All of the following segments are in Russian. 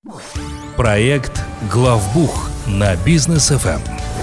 Проект «Главбух» на Бизнес ФМ.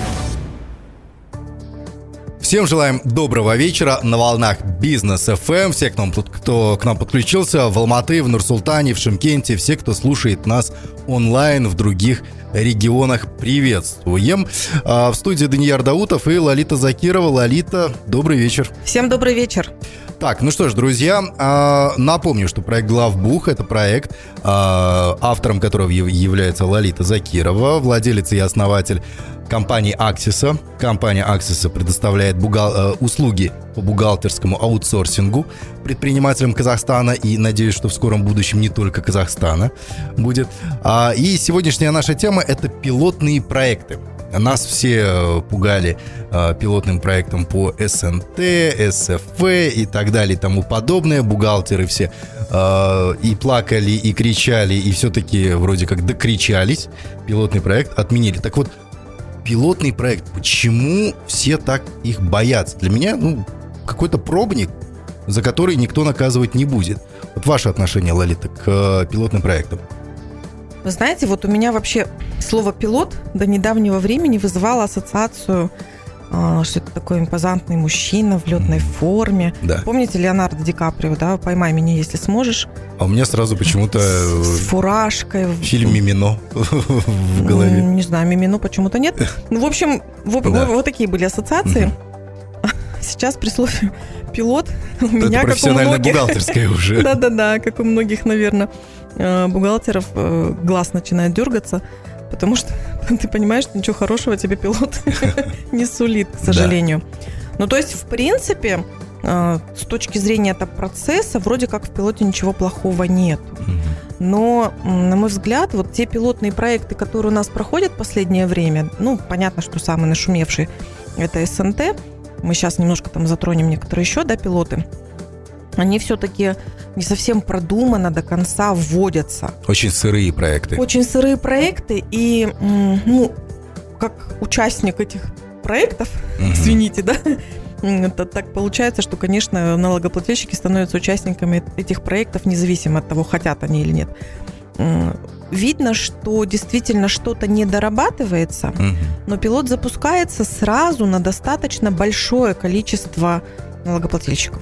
Всем желаем доброго вечера на волнах Бизнес ФМ. Все, кто к нам подключился в Алматы, в Нур-Султане, в Шымкенте, все, кто слушает нас онлайн в других регионах, приветствуем. В студии Данияр Даутов и Лолита Закирова. Лолита, добрый вечер. Всем добрый вечер. Так, ну что ж, друзья, напомню, что проект «Главбух» — это проект, автором которого является Лолита Закирова, владелец и основатель компании Аксиса. Компания Аксиса предоставляет услуги по бухгалтерскому аутсорсингу предпринимателям Казахстана и, надеюсь, что в скором будущем не только Казахстана будет. И сегодняшняя наша тема — это пилотные проекты. Нас все пугали пилотным проектом по СНТ, СФ и так далее и тому подобное. Бухгалтеры все и плакали, и кричали, и все-таки вроде как докричались. Пилотный проект отменили. Так вот, пилотный проект, почему все так их боятся? Для меня, какой-то пробник, за который никто наказывать не будет. Вот ваше отношение, Лолита, к пилотным проектам. Вы знаете, вот у меня вообще слово «пилот» до недавнего времени вызывало ассоциацию, что это такой импозантный мужчина в летной форме. Да. Помните Леонардо Ди Каприо, да? «Поймай меня, если сможешь». А у меня сразу почему-то... С фуражкой. Фильм «Мимино» в голове. Не знаю, «Мимино» почему-то нет. В общем, вот такие были ассоциации. Сейчас при слове «пилот» у меня, как у многих... Это профессиональная бухгалтерская уже. Да-да-да, как у многих, наверное, бухгалтеров глаз начинает дергаться, потому что ты понимаешь, что ничего хорошего тебе пилот не сулит, к сожалению. Ну, то есть, в принципе, с точки зрения этого процесса, вроде как в пилоте ничего плохого нет. Но, на мой взгляд, вот те пилотные проекты, которые у нас проходят в последнее время, понятно, что самый нашумевший – это СНТ. Мы сейчас немножко там затронем некоторые еще, пилоты. Они все-таки не совсем продуманно до конца вводятся. Очень сырые проекты. Очень сырые проекты. И, как участник этих проектов, извините, да, это так получается, что, конечно, налогоплательщики становятся участниками этих проектов, независимо от того, хотят они или нет. Видно, что действительно что-то не дорабатывается, но пилот запускается сразу на достаточно большое количество налогоплательщиков.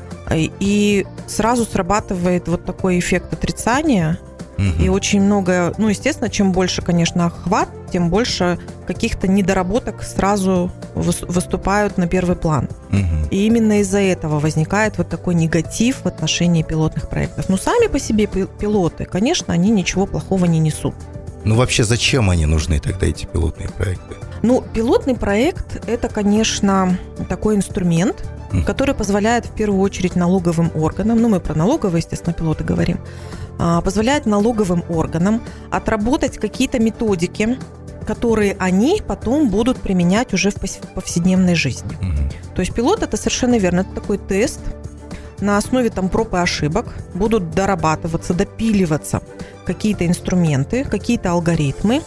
И сразу срабатывает вот такой эффект отрицания. И очень много, естественно, чем больше, конечно, охват, тем больше каких-то недоработок сразу выступают на первый план. И именно из-за этого возникает вот такой негатив в отношении пилотных проектов. Но сами по себе пилоты, конечно, они ничего плохого не несут. Вообще, зачем они нужны тогда, эти пилотные проекты? Пилотный проект – это, конечно, такой инструмент, который позволяет в первую очередь налоговым органам, мы про налоговые, естественно, пилоты говорим, позволяет налоговым органам отработать какие-то методики, которые они потом будут применять уже в повседневной жизни. То есть пилот – это совершенно верно, это такой тест, на основе проб и ошибок будут дорабатываться, допиливаться какие-то инструменты, какие-то алгоритмы,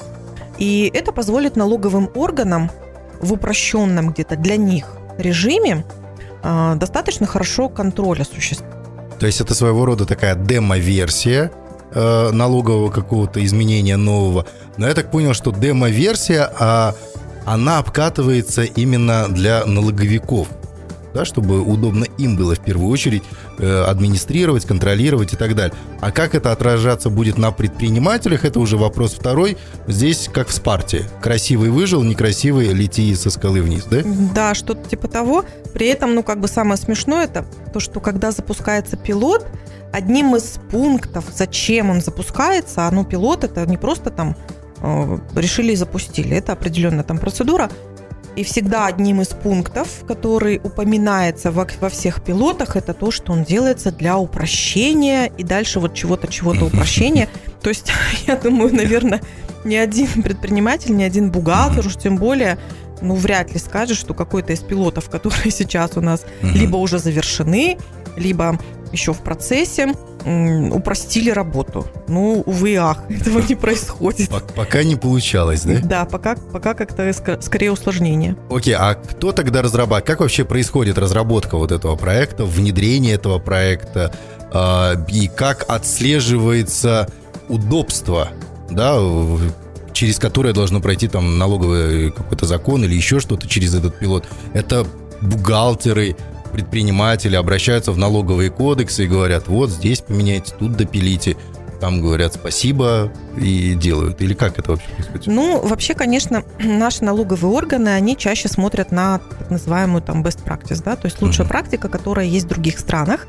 и это позволит налоговым органам в упрощенном где-то для них режиме достаточно хорошо контроль осуществить. То есть это своего рода такая демо-версия налогового какого-то изменения нового. Но я так понял, что демо-версия, она обкатывается именно для налоговиков, да, чтобы удобно им было в первую очередь администрировать, контролировать и так далее. А как это отражаться будет на предпринимателях, это уже вопрос второй. Здесь как в Спарте. Красивый выжил, некрасивый лети со скалы вниз, да? Да, что-то типа того. При этом, самое смешное это то, что когда запускается пилот, одним из пунктов, зачем он запускается, пилот это не просто решили и запустили, это определенная процедура. И всегда одним из пунктов, который упоминается во всех пилотах, это то, что он делается для упрощения и дальше чего-то упрощения. То есть, я думаю, наверное, ни один предприниматель, ни один бухгалтер, уж тем более, вряд ли скажет, что какой-то из пилотов, которые сейчас у нас либо уже завершены, либо еще в процессе, упростили работу. Увы, ах, этого не происходит. Пока не получалось, да? Да, пока как-то скорее усложнение. Окей, а кто тогда разрабатывает? Как вообще происходит разработка этого проекта, внедрение этого проекта? И как отслеживается удобство да, через которое должно пройти там налоговый какой-то закон или еще что-то через этот пилот. Это бухгалтеры, предприниматели обращаются в налоговые кодексы и говорят, вот здесь поменяйте, тут допилите. Там говорят спасибо и делают. Или как это вообще происходит? Ну, вообще, конечно, наши налоговые органы, они чаще смотрят на так называемую там best practice, да, то есть лучшая практика, которая есть в других странах.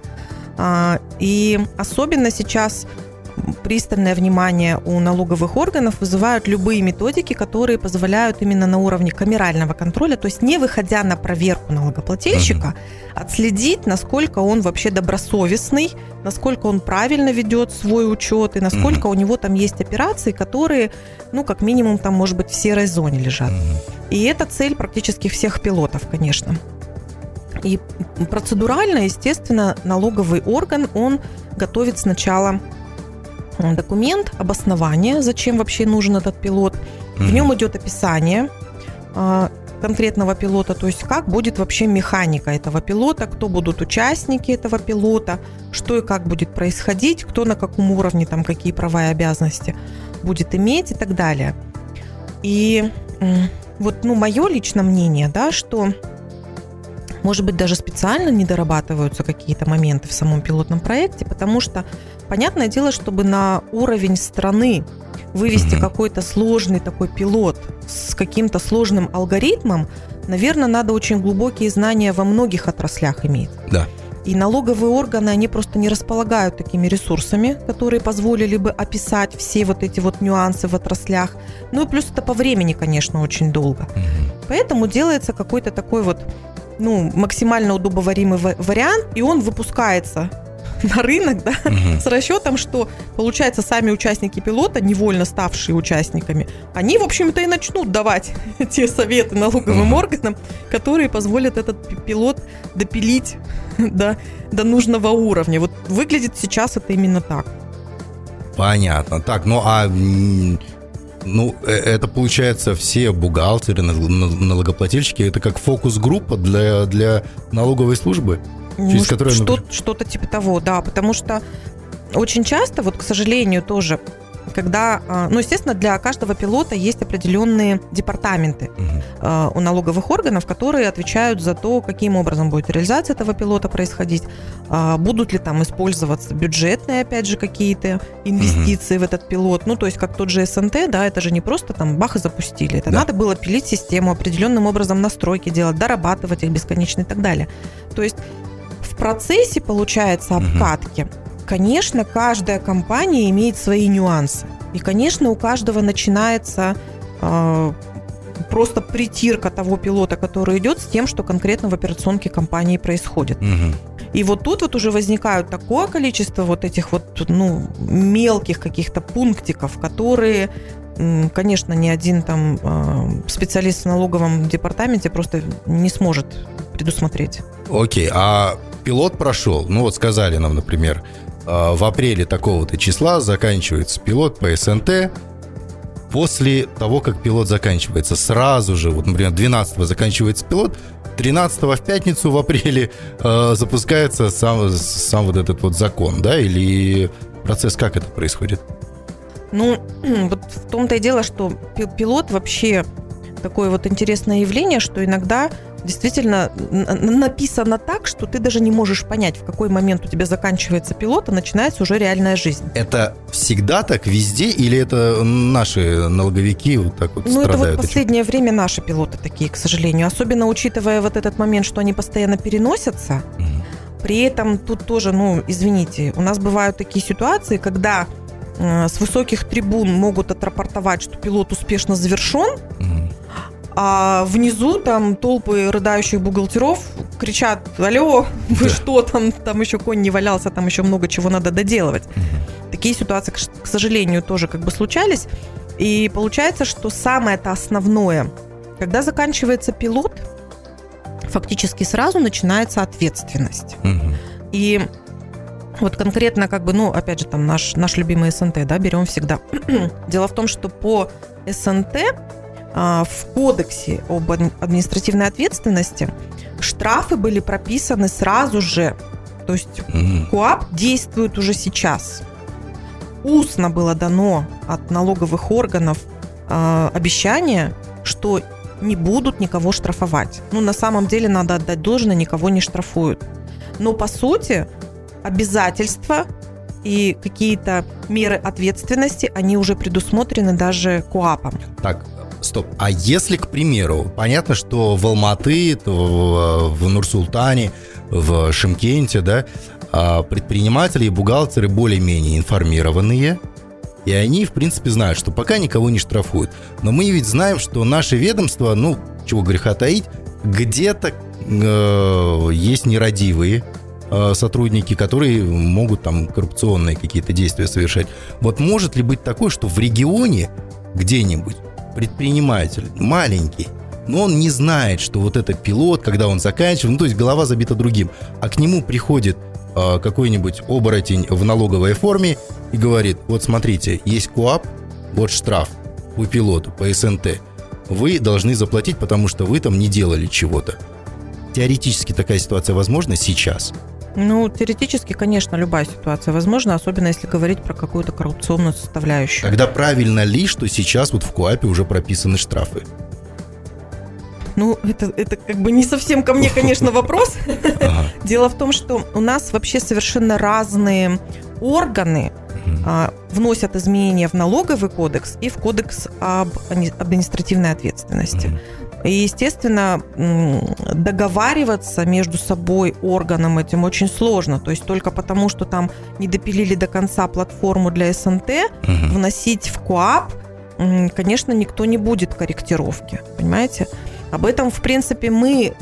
И особенно сейчас пристальное внимание у налоговых органов вызывают любые методики, которые позволяют именно на уровне камерального контроля, то есть не выходя на проверку налогоплательщика, отследить, насколько он вообще добросовестный, насколько он правильно ведет свой учет и насколько у него там есть операции, которые, ну, как минимум, там, может быть, в серой зоне лежат. И это цель практически всех пилотов, конечно. И процедурально, естественно, налоговый орган, он готовит сначала документ, обоснование, зачем вообще нужен этот пилот. В нем идет описание конкретного пилота, то есть как будет вообще механика этого пилота, кто будут участники этого пилота, что и как будет происходить, кто на каком уровне, там, какие права и обязанности будет иметь и так далее. И вот, ну, мое личное мнение, да, что, может быть, даже специально не дорабатываются какие-то моменты в самом пилотном проекте, потому что, понятное дело, чтобы на уровень страны вывести какой-то сложный такой пилот с каким-то сложным алгоритмом, наверное, надо очень глубокие знания во многих отраслях иметь. Да. И налоговые органы, они просто не располагают такими ресурсами, которые позволили бы описать все вот эти вот нюансы в отраслях. Ну и плюс это по времени, конечно, очень долго. Поэтому делается какой-то такой вот, ну, максимально удобоваримый вариант, и он выпускается на рынок, да, с расчетом, что, получается, сами участники пилота, невольно ставшие участниками, они, в общем-то, и начнут давать те советы налоговым органам, которые позволят этот пилот допилить до нужного уровня. Вот выглядит сейчас это именно так. Понятно. Так, это, получается, все бухгалтеры, налогоплательщики, это как фокус-группа для налоговой службы? Через которую... Что-то типа того, да, потому что очень часто, вот, к сожалению, тоже, когда, ну, естественно, для каждого пилота есть определенные департаменты у налоговых органов, которые отвечают за то, каким образом будет реализация этого пилота происходить, будут ли там использоваться бюджетные, опять же, какие-то инвестиции в этот пилот, ну, то есть как тот же СНТ, да, это же не просто там бах и запустили, это надо было пилить систему, определенным образом настройки делать, дорабатывать их бесконечно и так далее. То есть в процессе, получается, обкатки, конечно, каждая компания имеет свои нюансы. И, конечно, у каждого начинается просто притирка того пилота, который идет, с тем, что конкретно в операционке компании происходит. И вот тут вот уже возникают такое количество вот этих вот, ну, мелких каких-то пунктиков, которые, конечно, ни один там специалист в налоговом департаменте просто не сможет предусмотреть. Окей, а пилот прошел, ну вот сказали нам, например, в апреле такого-то числа заканчивается пилот по СНТ. После того, как пилот заканчивается, сразу же, вот, например, 12-го заканчивается пилот, 13-го в пятницу в апреле запускается сам вот этот вот закон, да? Или процесс как это происходит? Ну, вот в том-то и дело, что пилот вообще такое вот интересное явление, что иногда действительно написано так, что ты даже не можешь понять, в какой момент у тебя заканчивается пилот, а начинается уже реальная жизнь. Это всегда так везде, или это наши налоговики вот так вот страдают? Ну, это вот последнее время наши пилоты такие, к сожалению. Особенно учитывая вот этот момент, что они постоянно переносятся. При этом тут тоже, ну, извините, у нас бывают такие ситуации, когда с высоких трибун могут отрапортовать, что пилот успешно завершен, а внизу там толпы рыдающих бухгалтеров кричат: алло, вы что, там еще конь не валялся, там еще много чего надо доделывать. Такие ситуации, к сожалению, тоже как бы случались. И получается, что самое-то основное, когда заканчивается пилот, фактически сразу начинается ответственность. И вот конкретно, как бы, ну, опять же, там наш любимый СНТ, да, берем всегда. Дело в том, что по СНТ в кодексе об административной ответственности штрафы были прописаны сразу же. То есть КоАП действует уже сейчас. устно было дано от налоговых органов обещание, что не будут никого штрафовать. На самом деле, надо отдать должное, никого не штрафуют. Но, по сути, обязательства и какие-то меры ответственности, они уже предусмотрены даже КоАПом. Так, стоп. А если, к примеру, понятно, что в Алматы, в Нур-Султане, в Шымкенте, да, предприниматели и бухгалтеры более-менее информированные, и они, в принципе, знают, что пока никого не штрафуют. Но мы ведь знаем, что наше ведомство, чего греха таить, где-то есть нерадивые сотрудники, которые могут там коррупционные какие-то действия совершать. Вот может ли быть такое, что в регионе где-нибудь предприниматель маленький, но он не знает, что вот этот пилот, когда он заканчивает, то есть голова забита другим, а к нему приходит какой-нибудь оборотень в налоговой форме и говорит: вот смотрите, есть КоАП, вот штраф по пилоту, по СНТ. Вы должны заплатить, потому что вы там не делали чего-то. Теоретически такая ситуация возможна сейчас? Теоретически, конечно, любая ситуация возможна, особенно если говорить про какую-то коррупционную составляющую. Тогда правильно ли, что сейчас вот в КоАПе уже прописаны штрафы? Это как бы не совсем ко мне, конечно, вопрос. Дело в том, что у нас вообще совершенно разные органы вносят изменения в налоговый кодекс и в кодекс об административной ответственности. И, естественно, договариваться между собой органам этим очень сложно. То есть только потому, что там не допилили до конца платформу для СНТ, вносить в КоАП, конечно, никто не будет корректировки. Понимаете? Об этом, в принципе, мы,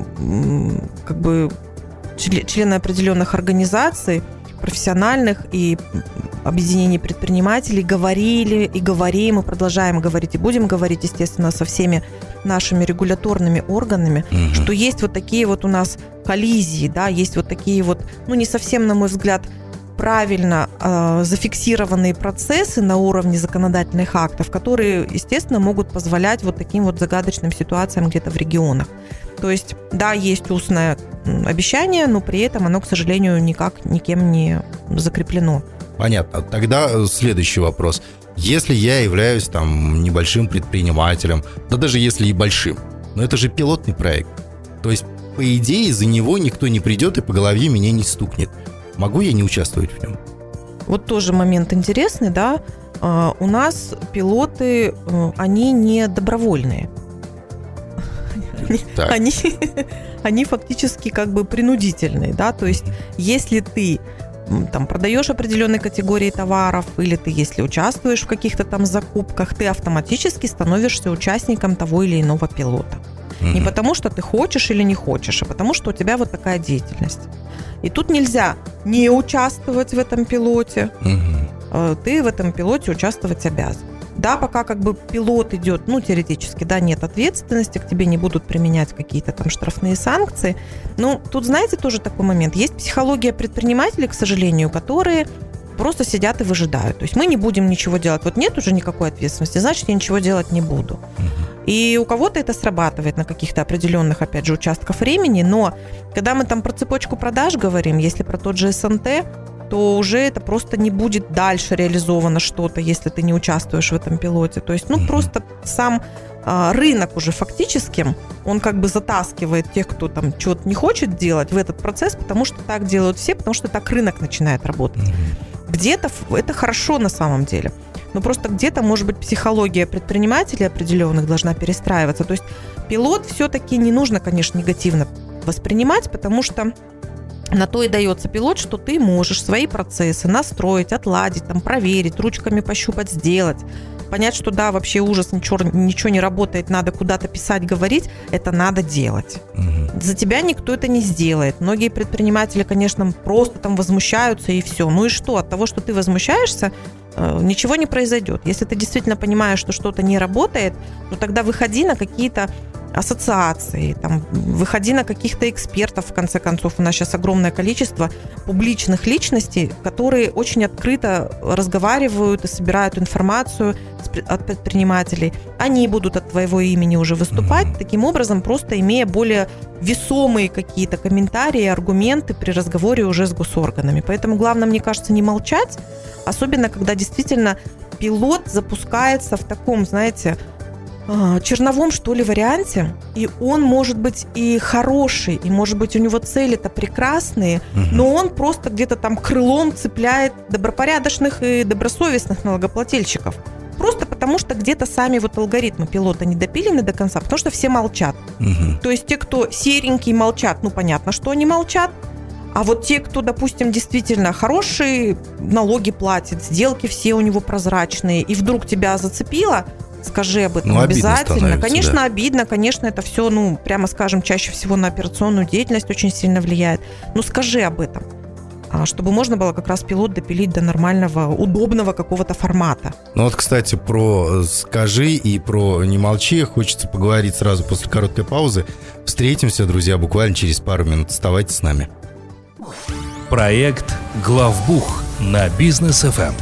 члены определенных организаций, профессиональных и объединений предпринимателей говорили и говорим, и продолжаем говорить, и будем говорить, естественно, со всеми нашими регуляторными органами, что есть вот такие вот у нас коллизии, да, есть вот такие вот, не совсем, на мой взгляд, правильно зафиксированные процессы на уровне законодательных актов, которые, естественно, могут позволять вот таким вот загадочным ситуациям где-то в регионах. То есть, да, есть устное обещание, но при этом оно, к сожалению, никак никем не закреплено. Понятно. Тогда следующий вопрос. Если я являюсь там небольшим предпринимателем, да даже если и большим, но это же пилотный проект. То есть, по идее, за него никто не придет и по голове меня не стукнет. Могу я не участвовать в нем? Вот тоже момент интересный, да. У нас пилоты, они не добровольные. Они фактически как бы принудительные, да. То есть, если ты там продаешь определенной категории товаров, или ты, если участвуешь в каких-то там закупках, ты автоматически становишься участником того или иного пилота. Не потому, что ты хочешь или не хочешь, а потому, что у тебя вот такая деятельность. И тут нельзя не участвовать в этом пилоте. Ты в этом пилоте участвовать обязан. Да, пока как бы пилот идет, теоретически, да, нет ответственности, к тебе не будут применять какие-то там штрафные санкции. Но тут, знаете, тоже такой момент. Есть психология предпринимателей, к сожалению, которые просто сидят и выжидают. То есть мы не будем ничего делать. Вот нет уже никакой ответственности, значит, я ничего делать не буду. И у кого-то это срабатывает на каких-то определенных, опять же, участках времени, но когда мы там про цепочку продаж говорим, если про тот же СНТ, то уже это просто не будет дальше реализовано что-то, если ты не участвуешь в этом пилоте. То есть, просто сам рынок уже фактически, он как бы затаскивает тех, кто там чего-то не хочет делать в этот процесс, потому что так делают все, потому что так рынок начинает работать. Где-то это хорошо на самом деле. Но просто где-то, может быть, психология предпринимателей определенных должна перестраиваться. То есть пилот все-таки не нужно, конечно, негативно воспринимать, потому что на то и дается пилот, что ты можешь свои процессы настроить, отладить, там, проверить, ручками пощупать, сделать. Понять, что да, вообще ужас, ничего не работает, надо куда-то писать, говорить, это надо делать. За тебя никто это не сделает. Многие предприниматели, конечно, просто там возмущаются и все. Ну и что? От того, что ты возмущаешься, ничего не произойдет. Если ты действительно понимаешь, что что-то не работает, то тогда выходи на какие-то ассоциации, там, выходи на каких-то экспертов, в конце концов. У нас сейчас огромное количество публичных личностей, которые очень открыто разговаривают и собирают информацию от предпринимателей. Они будут от твоего имени уже выступать, таким образом просто имея более весомые какие-то комментарии, аргументы при разговоре уже с госорганами. Поэтому главное, мне кажется, не молчать, особенно когда действительно пилот запускается в таком, знаете, черновом, что ли, варианте, и он может быть и хороший, и, может быть, у него цели-то прекрасные, но он просто где-то там крылом цепляет добропорядочных и добросовестных налогоплательщиков. Просто потому, что где-то сами вот алгоритмы пилота не допилены до конца, потому что все молчат. То есть те, кто серенькие, молчат, ну, понятно, что они молчат, а вот те, кто, допустим, действительно хорошие, налоги платят, сделки все у него прозрачные, и вдруг тебя зацепило, скажи об этом обязательно. Конечно, да. Обидно, конечно, это все, ну, прямо скажем, чаще всего на операционную деятельность очень сильно влияет. Но скажи об этом, чтобы можно было как раз пилот допилить до нормального, удобного какого-то формата. Ну вот, кстати, про «скажи» и про «не молчи» хочется поговорить сразу после короткой паузы. Встретимся, друзья, буквально через пару минут. Оставайтесь с нами. Проект «Главбух» на Бизнес FM.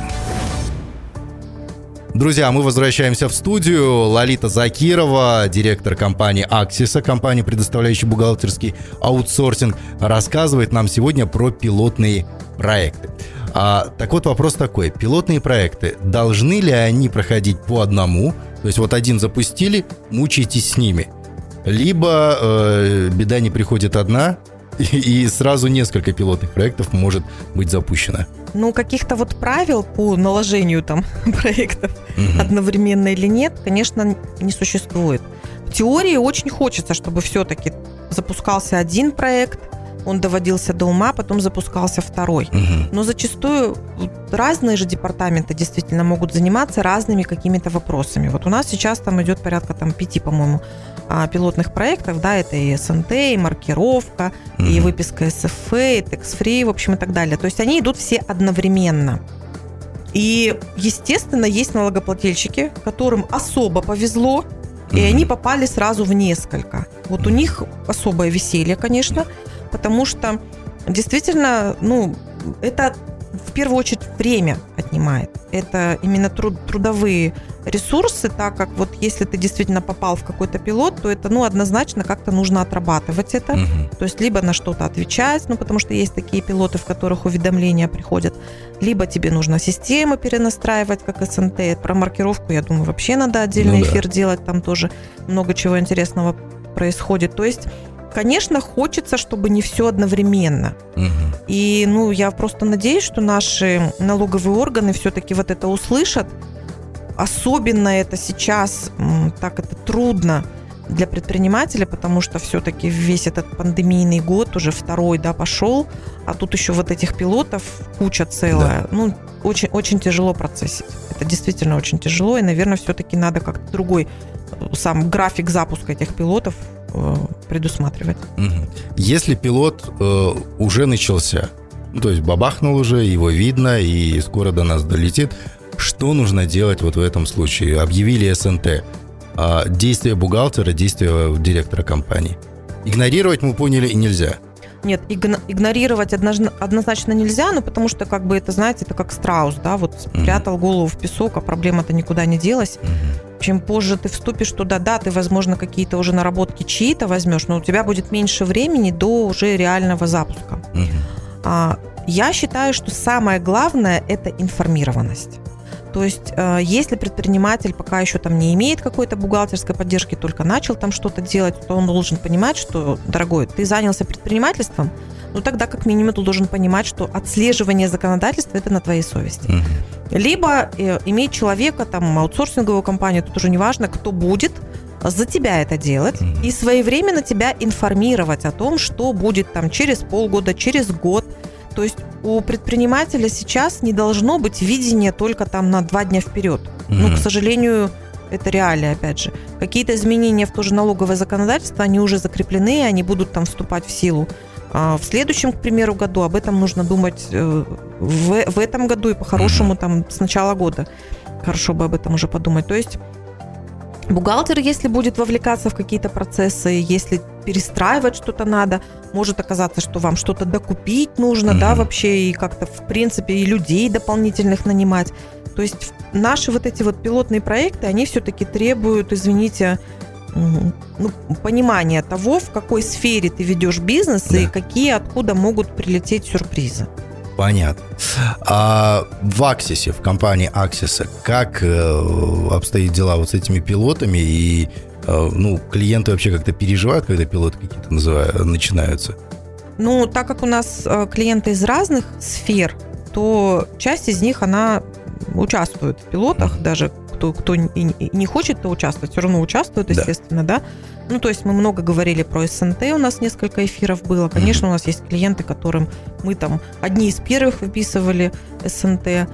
Друзья, мы возвращаемся в студию. Лолита Закирова, директор компании Axis, компании, предоставляющей бухгалтерский аутсорсинг, рассказывает нам сегодня про пилотные проекты. Так вот, вопрос такой. Пилотные проекты, должны ли они проходить по одному? То есть вот один запустили, мучаетесь с ними. Либо беда не приходит одна, и сразу несколько пилотных проектов может быть запущено. Ну, каких-то вот правил по наложению там проектов одновременно или нет, конечно, не существует. В теории очень хочется, чтобы все-таки запускался один проект, он доводился до ума, потом запускался второй. Но зачастую разные же департаменты действительно могут заниматься разными какими-то вопросами. Вот у нас сейчас там идет порядка 5, по-моему, пилотных проектов, да, это и СНТ, и маркировка, и выписка СФ, и tax-free, в общем, и так далее. То есть они идут все одновременно. И, естественно, есть налогоплательщики, которым особо повезло, и они попали сразу в несколько. Вот у них особое веселье, конечно, потому что действительно, ну, это в первую очередь время отнимает. Это именно трудовые ресурсы, так как вот если ты действительно попал в какой-то пилот, то это, ну, однозначно как-то нужно отрабатывать это. То есть либо на что-то отвечать, ну, потому что есть такие пилоты, в которых уведомления приходят, либо тебе нужно систему перенастраивать, как СНТ. Про маркировку, я думаю, вообще надо отдельный эфир делать, там тоже много чего интересного происходит. То есть, конечно, хочется, чтобы не все одновременно. И, ну, я просто надеюсь, что наши налоговые органы все-таки вот это услышат. Особенно это сейчас, так это трудно для предпринимателя, потому что все-таки весь этот пандемийный год, уже второй, да, пошел, а тут еще вот этих пилотов куча целая. Да. Ну, очень, очень тяжело процессить. Это действительно очень тяжело, и, наверное, все-таки надо как-то другой сам график запуска этих пилотов предусматривать. Если пилот уже начался, то есть бабахнул уже, его видно, и скоро до нас долетит, что нужно делать вот в этом случае? Объявили СНТ. Действия бухгалтера, действия директора компании. Игнорировать, мы поняли, и нельзя. Нет, игнорировать однозначно нельзя, но потому что, как бы, это, знаете, это как страус, да, вот спрятал голову в песок, а проблема-то никуда не делась. Чем позже ты вступишь туда, да, ты, возможно, какие-то уже наработки чьи-то возьмешь, но у тебя будет меньше времени до уже реального запуска. Я считаю, что самое главное – это информированность. То есть, если предприниматель пока еще там не имеет какой-то бухгалтерской поддержки, только начал там что-то делать, то он должен понимать, что, дорогой, ты занялся предпринимательством, ну тогда как минимум ты должен понимать, что отслеживание законодательства – это на твоей совести. Либо иметь человека, там, аутсорсинговую компанию, тут уже не важно, кто будет за тебя это делать и своевременно тебя информировать о том, что будет там через полгода, через год. То есть у предпринимателя сейчас не должно быть видения только там на 2 дня вперед. Ну, к сожалению, это реалии, опять же. Какие-то изменения в то же налоговое законодательство, они уже закреплены, они будут там вступать в силу. В следующем, к примеру, году об этом нужно думать в этом году и по-хорошему там с начала года. Хорошо бы об этом уже подумать. То есть Бухгалтер, если будет вовлекаться в какие-то процессы, если перестраивать что-то надо, может оказаться, что вам что-то докупить нужно, да, вообще, и как-то, в принципе, и людей дополнительных нанимать. То есть наши вот эти вот пилотные проекты, они все-таки требуют, извините, понимания того, в какой сфере ты ведешь бизнес, да, и какие откуда могут прилететь сюрпризы. Понятно. А в Аксисе, в компании Аксиса, как обстоят дела вот с этими пилотами? И клиенты вообще как-то переживают, когда пилоты какие-то начинаются? Так как у нас клиенты из разных сфер, то часть из них, она участвует в пилотах, даже кто и не хочет участвовать, все равно участвует, естественно, да. То есть мы много говорили про СНТ, у нас несколько эфиров было. Конечно, у нас есть клиенты, которым мы там одни из первых выписывали СНТ.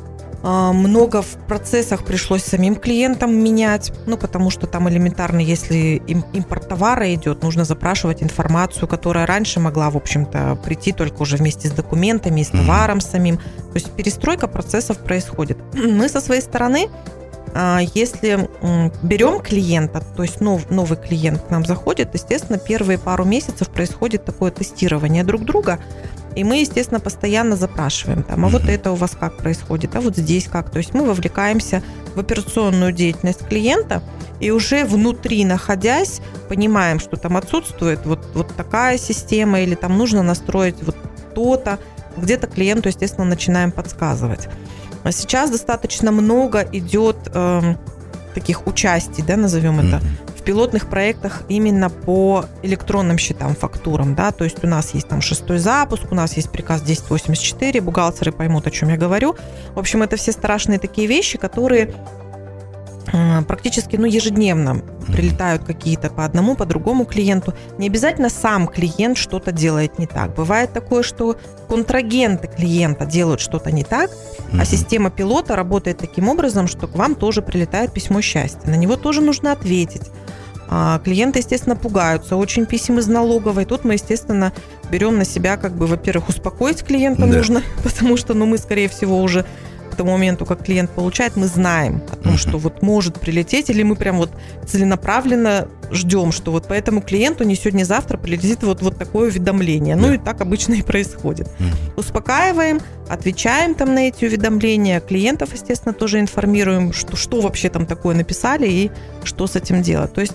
Много в процессах пришлось самим клиентам менять, потому что там элементарно, если импорт товара идет, нужно запрашивать информацию, которая раньше могла, в общем-то, прийти только уже вместе с документами, с товаром самим. То есть перестройка процессов происходит. Мы со своей стороны, если берем клиента, то есть новый клиент к нам заходит, естественно, первые пару месяцев происходит такое тестирование друг друга, и мы, естественно, постоянно запрашиваем, а вот это у вас как происходит, а вот здесь как. То есть мы вовлекаемся в операционную деятельность клиента, и уже внутри, находясь, понимаем, что там отсутствует вот такая система, или там нужно настроить вот то-то. Где-то клиенту, естественно, начинаем подсказывать. Сейчас достаточно много идет таких участий, да, назовем это, в пилотных проектах именно по электронным счетам, фактурам, да, то есть у нас есть там 6-й запуск, у нас есть приказ 1084, бухгалтеры поймут, о чем я говорю. В общем, это все страшные такие вещи, которые практически ежедневно прилетают какие-то по одному, по другому клиенту. Не обязательно сам клиент что-то делает не так. Бывает такое, что контрагенты клиента делают что-то не так, а система пилота работает таким образом, что к вам тоже прилетает письмо счастья. На него тоже нужно ответить. Клиенты, естественно, пугаются очень писем из налоговой. Тут мы, естественно, берем на себя, во-первых, успокоить клиента нужно, потому что мы, скорее всего, уже к тому моменту, как клиент получает, мы знаем о том, что вот может прилететь, или мы прям вот целенаправленно ждем, что вот по этому клиенту не сегодня-завтра прилетит вот такое уведомление. И так обычно и происходит. Успокаиваем, отвечаем там на эти уведомления, клиентов, естественно, тоже информируем, что вообще там такое написали и что с этим делать. То есть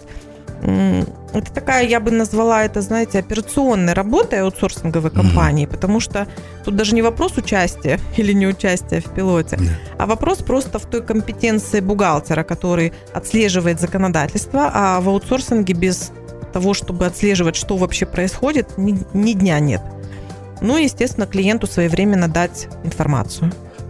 это такая, я бы назвала это, знаете, операционной работой аутсорсинговой компании, потому что тут даже не вопрос участия или неучастия в пилоте, а вопрос просто в той компетенции бухгалтера, который отслеживает законодательство, а в аутсорсинге без того, чтобы отслеживать, что вообще происходит, ни дня нет. Естественно, клиенту своевременно дать информацию.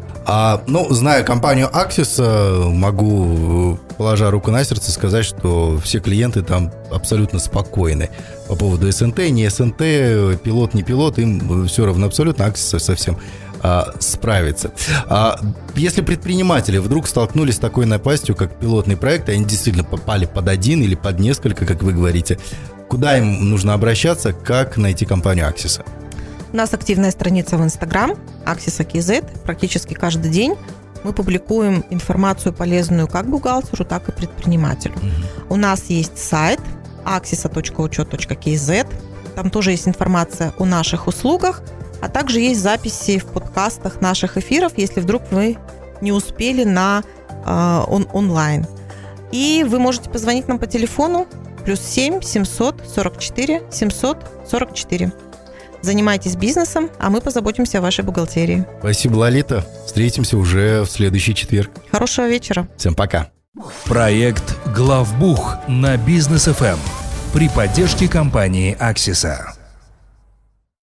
Зная компанию Axis, могу, положа руку на сердце, сказать, что все клиенты там абсолютно спокойны по поводу СНТ, не СНТ, пилот, не пилот, им все равно абсолютно, Axis совсем справится. Если предприниматели вдруг столкнулись с такой напастью, как пилотный проект, и они действительно попали под один или под несколько, как вы говорите, куда им нужно обращаться, как найти компанию Axis? У нас активная страница в Instagram Axis.kz. Практически каждый день мы публикуем информацию полезную как бухгалтеру, так и предпринимателю. У нас есть сайт axisa.учет.kz. Там тоже есть информация о наших услугах, а также есть записи в подкастах наших эфиров, если вдруг вы не успели на онлайн. И вы можете позвонить нам по телефону +7 744 744. Занимайтесь бизнесом, а мы позаботимся о вашей бухгалтерии. Спасибо, Лолита. Встретимся уже в следующий четверг. Хорошего вечера. Всем пока. Проект «Главбух» на Бизнес ФМ при поддержке компании Аксиса.